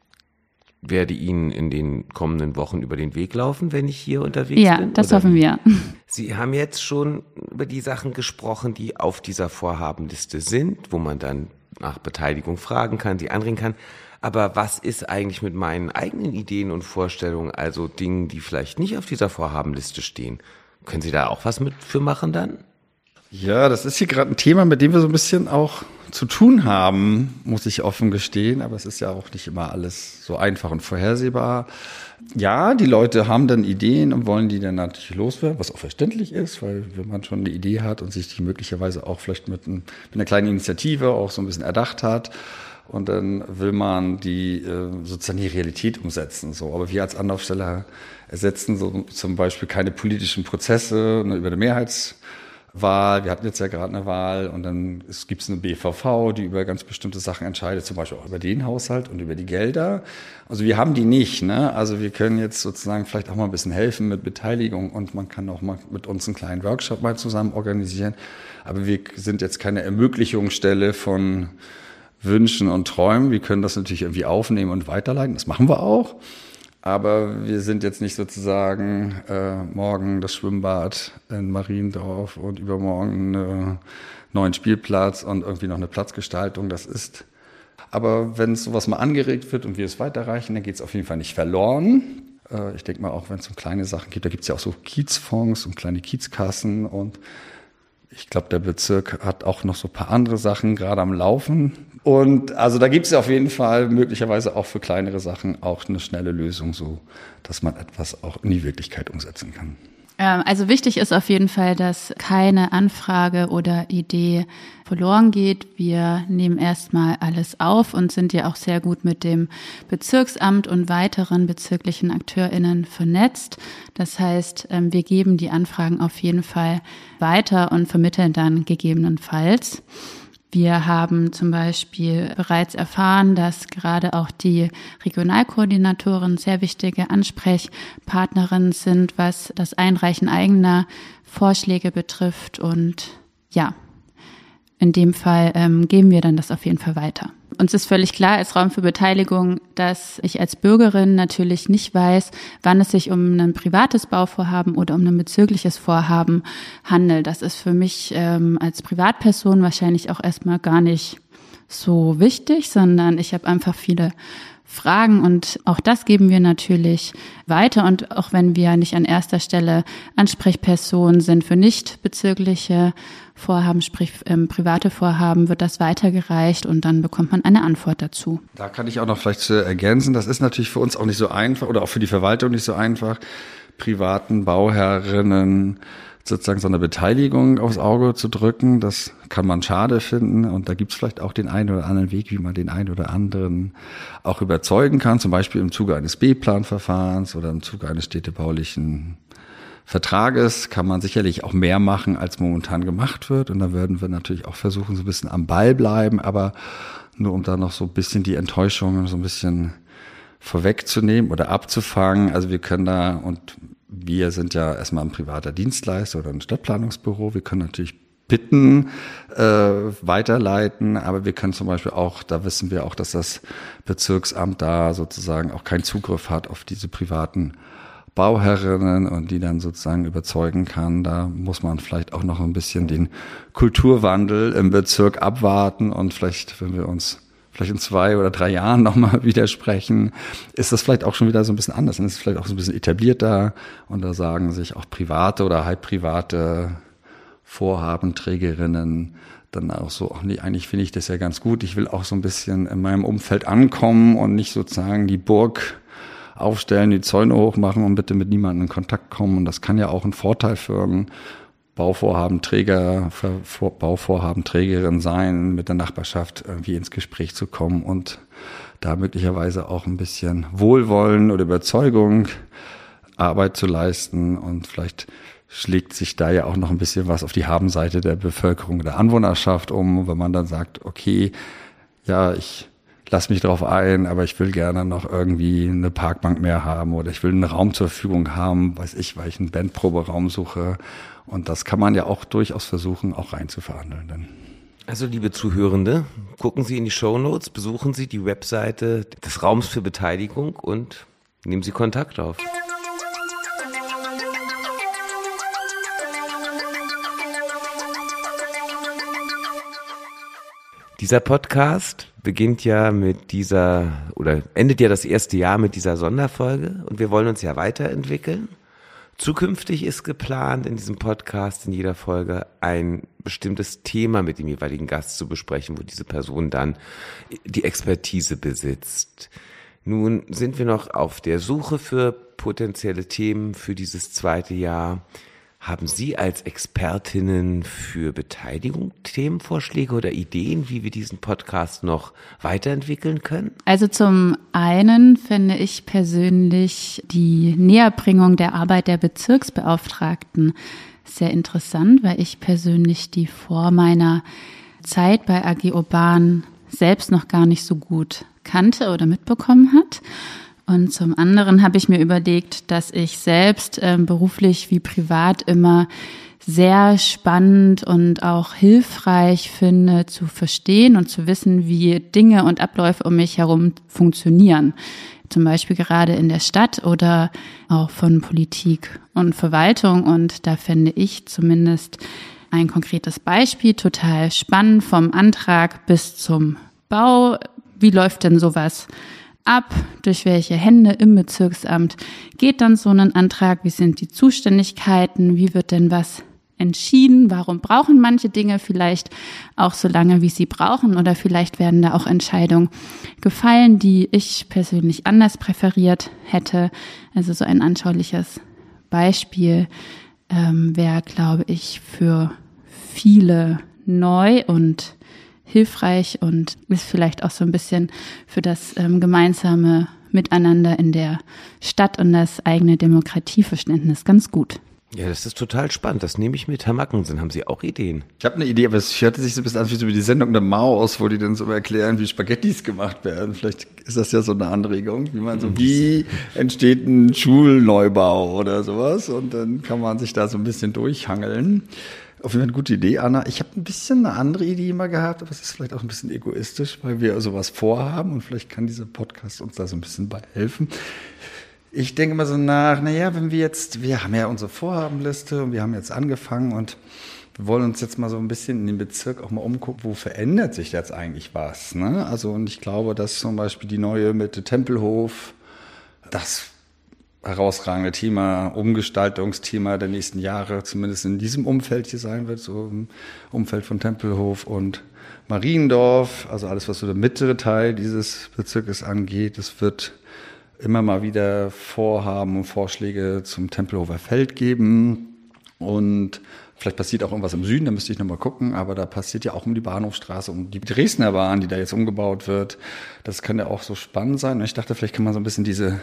werde Ihnen in den kommenden Wochen über den Weg laufen, wenn ich hier unterwegs bin? Ja, das hoffen wir. Sie haben jetzt schon über die Sachen gesprochen, die auf dieser Vorhabenliste sind, wo man dann nach Beteiligung fragen kann, sie anregen kann. Aber was ist eigentlich mit meinen eigenen Ideen und Vorstellungen, also Dingen, die vielleicht nicht auf dieser Vorhabenliste stehen? Können Sie da auch was mit für machen dann? Ja, das ist hier gerade ein Thema, mit dem wir so ein bisschen auch zu tun haben, muss ich offen gestehen. Aber es ist ja auch nicht immer alles so einfach und vorhersehbar. Ja, die Leute haben dann Ideen und wollen die dann natürlich loswerden, was auch verständlich ist, weil wenn man schon eine Idee hat und sich die möglicherweise auch vielleicht mit einer kleinen Initiative auch so ein bisschen erdacht hat, und dann will man die sozusagen die Realität umsetzen. So, aber wir als Anlaufstelle ersetzen so zum Beispiel keine politischen Prozesse über eine Wahl, wir hatten jetzt ja gerade eine Wahl und dann gibt es eine BVV, die über ganz bestimmte Sachen entscheidet, zum Beispiel auch über den Haushalt und über die Gelder. Also wir haben die nicht, ne? Also wir können jetzt sozusagen vielleicht auch mal ein bisschen helfen mit Beteiligung und man kann auch mal mit uns einen kleinen Workshop mal zusammen organisieren. Aber wir sind jetzt keine Ermöglichungsstelle von Wünschen und Träumen. Wir können das natürlich irgendwie aufnehmen und weiterleiten. Das machen wir auch. Aber wir sind jetzt nicht sozusagen morgen das Schwimmbad in Mariendorf und übermorgen einen neuen Spielplatz und irgendwie noch eine Platzgestaltung. Aber wenn sowas mal angeregt wird und wir es weiterreichen, dann geht es auf jeden Fall nicht verloren. Ich denke mal auch, wenn es so kleine Sachen gibt, da gibt es ja auch so Kiezfonds und kleine Kiezkassen und ich glaube, der Bezirk hat auch noch so ein paar andere Sachen gerade am Laufen. Und also da gibt es ja auf jeden Fall möglicherweise auch für kleinere Sachen auch eine schnelle Lösung, so dass man etwas auch in die Wirklichkeit umsetzen kann. Also wichtig ist auf jeden Fall, dass keine Anfrage oder Idee verloren geht. Wir nehmen erstmal alles auf und sind ja auch sehr gut mit dem Bezirksamt und weiteren bezirklichen AkteurInnen vernetzt. Das heißt, wir geben die Anfragen auf jeden Fall weiter und vermitteln dann gegebenenfalls. Wir haben zum Beispiel bereits erfahren, dass gerade auch die Regionalkoordinatoren sehr wichtige Ansprechpartnerinnen sind, was das Einreichen eigener Vorschläge betrifft. Und ja, in dem Fall geben wir dann das auf jeden Fall weiter. Uns ist völlig klar als Raum für Beteiligung, dass ich als Bürgerin natürlich nicht weiß, wann es sich um ein privates Bauvorhaben oder um ein bezirkliches Vorhaben handelt. Das ist für mich als Privatperson wahrscheinlich auch erstmal gar nicht so wichtig, sondern ich habe einfach viele Fragen und auch das geben wir natürlich weiter. Und auch wenn wir nicht an erster Stelle Ansprechpersonen sind für nicht bezirkliche Vorhaben, sprich private Vorhaben, wird das weitergereicht und dann bekommt man eine Antwort dazu. Da kann ich auch noch vielleicht ergänzen, das ist natürlich für uns auch nicht so einfach oder auch für die Verwaltung nicht so einfach, privaten Bauherrinnen sozusagen so eine Beteiligung aufs Auge zu drücken. Das kann man schade finden und da gibt es vielleicht auch den einen oder anderen Weg, wie man den einen oder anderen auch überzeugen kann, zum Beispiel im Zuge eines B-Plan-Verfahrens oder im Zuge eines städtebaulichen Vertrages kann man sicherlich auch mehr machen, als momentan gemacht wird. Und da werden wir natürlich auch versuchen, so ein bisschen am Ball bleiben, aber nur um da noch so ein bisschen die Enttäuschungen so ein bisschen vorwegzunehmen oder abzufangen. Also wir können da, und wir sind ja erstmal ein privater Dienstleister oder ein Stadtplanungsbüro, wir können natürlich bitten, weiterleiten, aber wir können zum Beispiel auch, da wissen wir auch, dass das Bezirksamt da sozusagen auch keinen Zugriff hat auf diese privaten Bauherrinnen und die dann sozusagen überzeugen kann. Da muss man vielleicht auch noch ein bisschen den Kulturwandel im Bezirk abwarten und vielleicht, wenn wir uns vielleicht in 2 oder 3 Jahren nochmal widersprechen, ist das vielleicht auch schon wieder so ein bisschen anders. Dann ist es vielleicht auch so ein bisschen etablierter und da sagen sich auch private oder halbprivate Vorhabenträgerinnen dann auch so, ach nee, eigentlich finde ich das ja ganz gut. Ich will auch so ein bisschen in meinem Umfeld ankommen und nicht sozusagen die Burg aufstellen, die Zäune hochmachen und bitte mit niemandem in Kontakt kommen. Und das kann ja auch ein Vorteil für einen Bauvorhabenträger, für Bauvorhabenträgerin sein, mit der Nachbarschaft irgendwie ins Gespräch zu kommen und da möglicherweise auch ein bisschen Wohlwollen oder Überzeugung Arbeit zu leisten. Und vielleicht schlägt sich da ja auch noch ein bisschen was auf die Habenseite der Bevölkerung, der Anwohnerschaft um, wenn man dann sagt, okay, ja, ich lass mich drauf ein, aber ich will gerne noch irgendwie eine Parkbank mehr haben oder ich will einen Raum zur Verfügung haben, weiß ich, weil ich einen Bandproberaum suche. Und das kann man ja auch durchaus versuchen, auch rein zu verhandeln. Dann. Also liebe Zuhörende, gucken Sie in die Shownotes, besuchen Sie die Webseite des Raums für Beteiligung und nehmen Sie Kontakt auf. Dieser Podcast beginnt ja mit dieser, oder endet ja das erste Jahr mit dieser Sonderfolge und wir wollen uns ja weiterentwickeln. Zukünftig ist geplant, in diesem Podcast in jeder Folge ein bestimmtes Thema mit dem jeweiligen Gast zu besprechen, wo diese Person dann die Expertise besitzt. Nun sind wir noch auf der Suche für potenzielle Themen für dieses zweite Jahr. Haben Sie als Expertinnen für Beteiligung Themenvorschläge oder Ideen, wie wir diesen Podcast noch weiterentwickeln können? Also zum einen finde ich persönlich die Näherbringung der Arbeit der Bezirksbeauftragten sehr interessant, weil ich persönlich die vor meiner Zeit bei AG Urban selbst noch gar nicht so gut kannte oder mitbekommen hat. Und zum anderen habe ich mir überlegt, dass ich selbst beruflich wie privat immer sehr spannend und auch hilfreich finde, zu verstehen und zu wissen, wie Dinge und Abläufe um mich herum funktionieren. Zum Beispiel gerade in der Stadt oder auch von Politik und Verwaltung. Und da fände ich zumindest ein konkretes Beispiel total spannend, vom Antrag bis zum Bau. Wie läuft denn sowas ab? Durch welche Hände im Bezirksamt geht dann so ein Antrag? Wie sind die Zuständigkeiten? Wie wird denn was entschieden? Warum brauchen manche Dinge vielleicht auch so lange, wie sie brauchen? Oder vielleicht werden da auch Entscheidungen gefallen, die ich persönlich anders präferiert hätte. Also so ein anschauliches Beispiel wäre, glaube ich, für viele neu und hilfreich und ist vielleicht auch so ein bisschen für das gemeinsame Miteinander in der Stadt und das eigene Demokratieverständnis ganz gut. Ja, das ist total spannend. Das nehme ich mit. Herr Mackensen, haben Sie auch Ideen? Ich habe eine Idee, aber es hörte sich so ein bisschen an wie so die Sendung der Maus, wo die dann so erklären, wie Spaghettis gemacht werden. Vielleicht ist das ja so eine Anregung, wie entsteht ein Schulneubau oder sowas. Und dann kann man sich da so ein bisschen durchhangeln. Auf jeden Fall eine gute Idee, Anna. Ich habe ein bisschen eine andere Idee immer gehabt, aber es ist vielleicht auch ein bisschen egoistisch, weil wir sowas vorhaben und vielleicht kann dieser Podcast uns da so ein bisschen bei helfen. Ich denke mal so nach, wenn wir haben ja unsere Vorhabenliste und wir haben jetzt angefangen und wir wollen uns jetzt mal so ein bisschen in den Bezirk auch mal umgucken, wo verändert sich jetzt eigentlich was, ne? Also, und ich glaube, dass zum Beispiel die neue Mitte Tempelhof, das herausragende Thema, Umgestaltungsthema der nächsten Jahre, zumindest in diesem Umfeld hier sein wird, so im Umfeld von Tempelhof und Mariendorf, also alles, was so der mittlere Teil dieses Bezirkes angeht, das wird immer mal wieder Vorhaben und Vorschläge zum Tempelhofer Feld geben und vielleicht passiert auch irgendwas im Süden, da müsste ich nochmal gucken, aber da passiert ja auch um die Bahnhofstraße, um die Dresdner Bahn, die da jetzt umgebaut wird. Das kann ja auch so spannend sein und ich dachte, vielleicht kann man so ein bisschen diese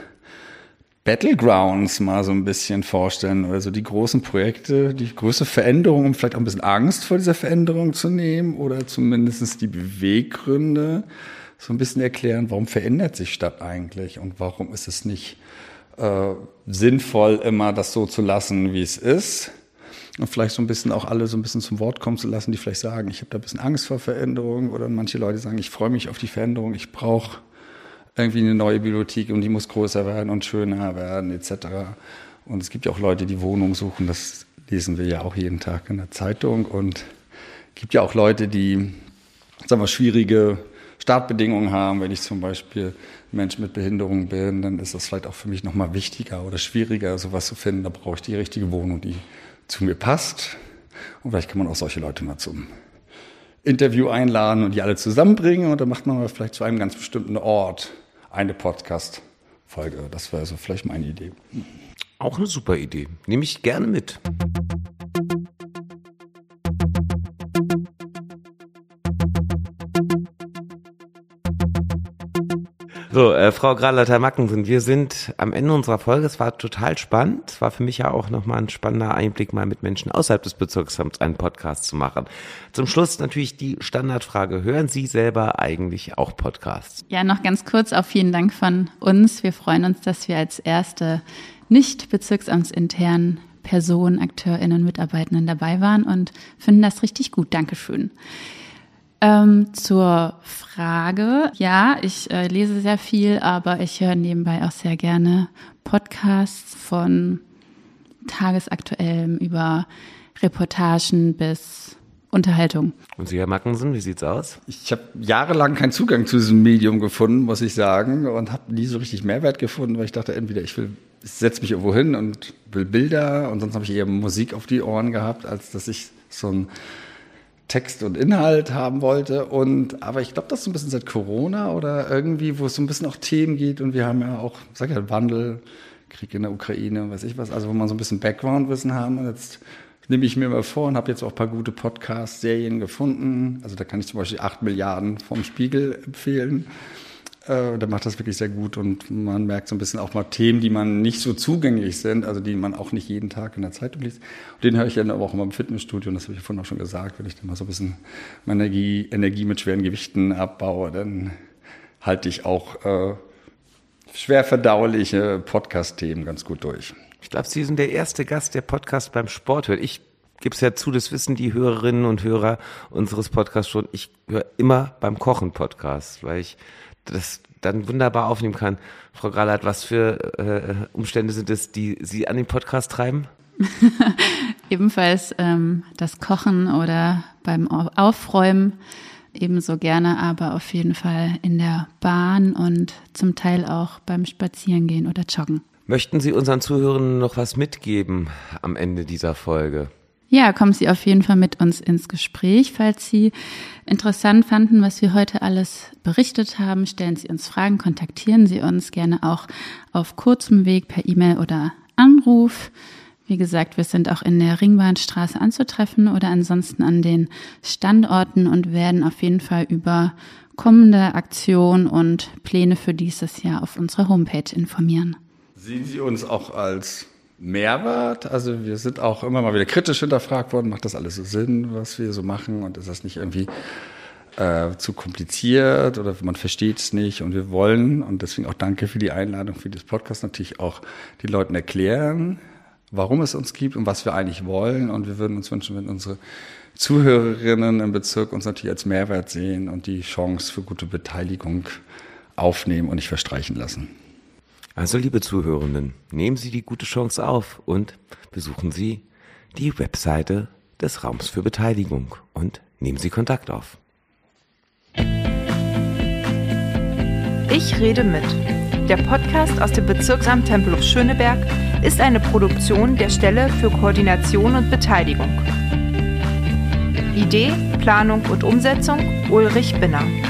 Battlegrounds mal so ein bisschen vorstellen, also die großen Projekte, die größte Veränderung, um vielleicht auch ein bisschen Angst vor dieser Veränderung zu nehmen oder zumindest die Beweggründe so ein bisschen erklären, warum verändert sich Stadt eigentlich und warum ist es nicht sinnvoll, immer das so zu lassen, wie es ist. Und vielleicht so ein bisschen auch alle so ein bisschen zum Wort kommen zu lassen, die vielleicht sagen, ich habe da ein bisschen Angst vor Veränderung oder manche Leute sagen, ich freue mich auf die Veränderung, ich brauche irgendwie eine neue Bibliothek und die muss größer werden und schöner werden etc. Und es gibt ja auch Leute, die Wohnungen suchen, das lesen wir ja auch jeden Tag in der Zeitung und es gibt ja auch Leute, die, sagen wir, schwierige Startbedingungen haben. Wenn ich zum Beispiel Mensch mit Behinderung bin, dann ist das vielleicht auch für mich nochmal wichtiger oder schwieriger, sowas zu finden. Da brauche ich die richtige Wohnung, die zu mir passt. Und vielleicht kann man auch solche Leute mal zum Interview einladen und die alle zusammenbringen. Und dann macht man mal vielleicht zu einem ganz bestimmten Ort eine Podcast-Folge. Das wäre so vielleicht meine Idee. Auch eine super Idee. Nehme ich gerne mit. So, Frau Gralleiter-Mackensen, wir sind am Ende unserer Folge. Es war total spannend. Es war für mich ja auch nochmal ein spannender Einblick, mal mit Menschen außerhalb des Bezirksamts einen Podcast zu machen. Zum Schluss natürlich die Standardfrage. Hören Sie selber eigentlich auch Podcasts? Ja, noch ganz kurz auch vielen Dank von uns. Wir freuen uns, dass wir als erste nicht bezirksamtsinternen Personen, AkteurInnen, Mitarbeitenden dabei waren und finden das richtig gut. Dankeschön. Zur Frage, ja, ich lese sehr viel, aber ich höre nebenbei auch sehr gerne Podcasts von Tagesaktuellem über Reportagen bis Unterhaltung. Und Sie, Herr Mackensen, wie sieht's aus? Ich habe jahrelang keinen Zugang zu diesem Medium gefunden, muss ich sagen, und habe nie so richtig Mehrwert gefunden, weil ich dachte, entweder ich setze mich irgendwo hin und will Bilder und sonst habe ich eher Musik auf die Ohren gehabt, als dass ich so ein Text und Inhalt haben wollte. Aber ich glaube, das ist so ein bisschen seit Corona oder irgendwie, wo es so ein bisschen auch Themen geht. Und wir haben ja auch, Wandel, Krieg in der Ukraine, weiß ich was, also wo man so ein bisschen Background-Wissen haben. Und jetzt nehme ich mir mal vor und habe jetzt auch ein paar gute Podcast-Serien gefunden. Also da kann ich zum Beispiel 8 Milliarden vom Spiegel empfehlen. Der macht das wirklich sehr gut und man merkt so ein bisschen auch mal Themen, die man nicht so zugänglich sind, also die man auch nicht jeden Tag in der Zeitung liest. Und den höre ich dann aber auch immer im Fitnessstudio und das habe ich vorhin auch schon gesagt, wenn ich dann mal so ein bisschen meine Energie mit schweren Gewichten abbaue, dann halte ich auch schwer verdauliche Podcast-Themen ganz gut durch. Ich glaube, Sie sind der erste Gast, der Podcast beim Sport hört. Ich gebe es ja zu, das wissen die Hörerinnen und Hörer unseres Podcasts schon. Ich höre immer beim Kochen Podcast, weil ich das dann wunderbar aufnehmen kann. Frau Grallert, was für Umstände sind es, die Sie an den Podcast treiben? Ebenfalls das Kochen oder beim Aufräumen ebenso gerne, aber auf jeden Fall in der Bahn und zum Teil auch beim Spazierengehen oder Joggen. Möchten Sie unseren Zuhörern noch was mitgeben am Ende dieser Folge? Ja, kommen Sie auf jeden Fall mit uns ins Gespräch. Falls Sie interessant fanden, was wir heute alles berichtet haben, stellen Sie uns Fragen, kontaktieren Sie uns gerne auch auf kurzem Weg per E-Mail oder Anruf. Wie gesagt, wir sind auch in der Ringbahnstraße anzutreffen oder ansonsten an den Standorten und werden auf jeden Fall über kommende Aktionen und Pläne für dieses Jahr auf unserer Homepage informieren. Sehen Sie uns auch als Mehrwert? Also wir sind auch immer mal wieder kritisch hinterfragt worden, macht das alles so Sinn, was wir so machen und ist das nicht irgendwie zu kompliziert oder man versteht es nicht und wir wollen und deswegen auch danke für die Einladung für das Podcast natürlich auch den Leuten erklären, warum es uns gibt und was wir eigentlich wollen und wir würden uns wünschen, wenn unsere Zuhörerinnen im Bezirk uns natürlich als Mehrwert sehen und die Chance für gute Beteiligung aufnehmen und nicht verstreichen lassen. Also, liebe Zuhörenden, nehmen Sie die gute Chance auf und besuchen Sie die Webseite des Raums für Beteiligung und nehmen Sie Kontakt auf. Ich rede mit. Der Podcast aus dem Bezirksamt Tempelhof-Schöneberg ist eine Produktion der Stelle für Koordination und Beteiligung. Idee, Planung und Umsetzung Ulrich Binner.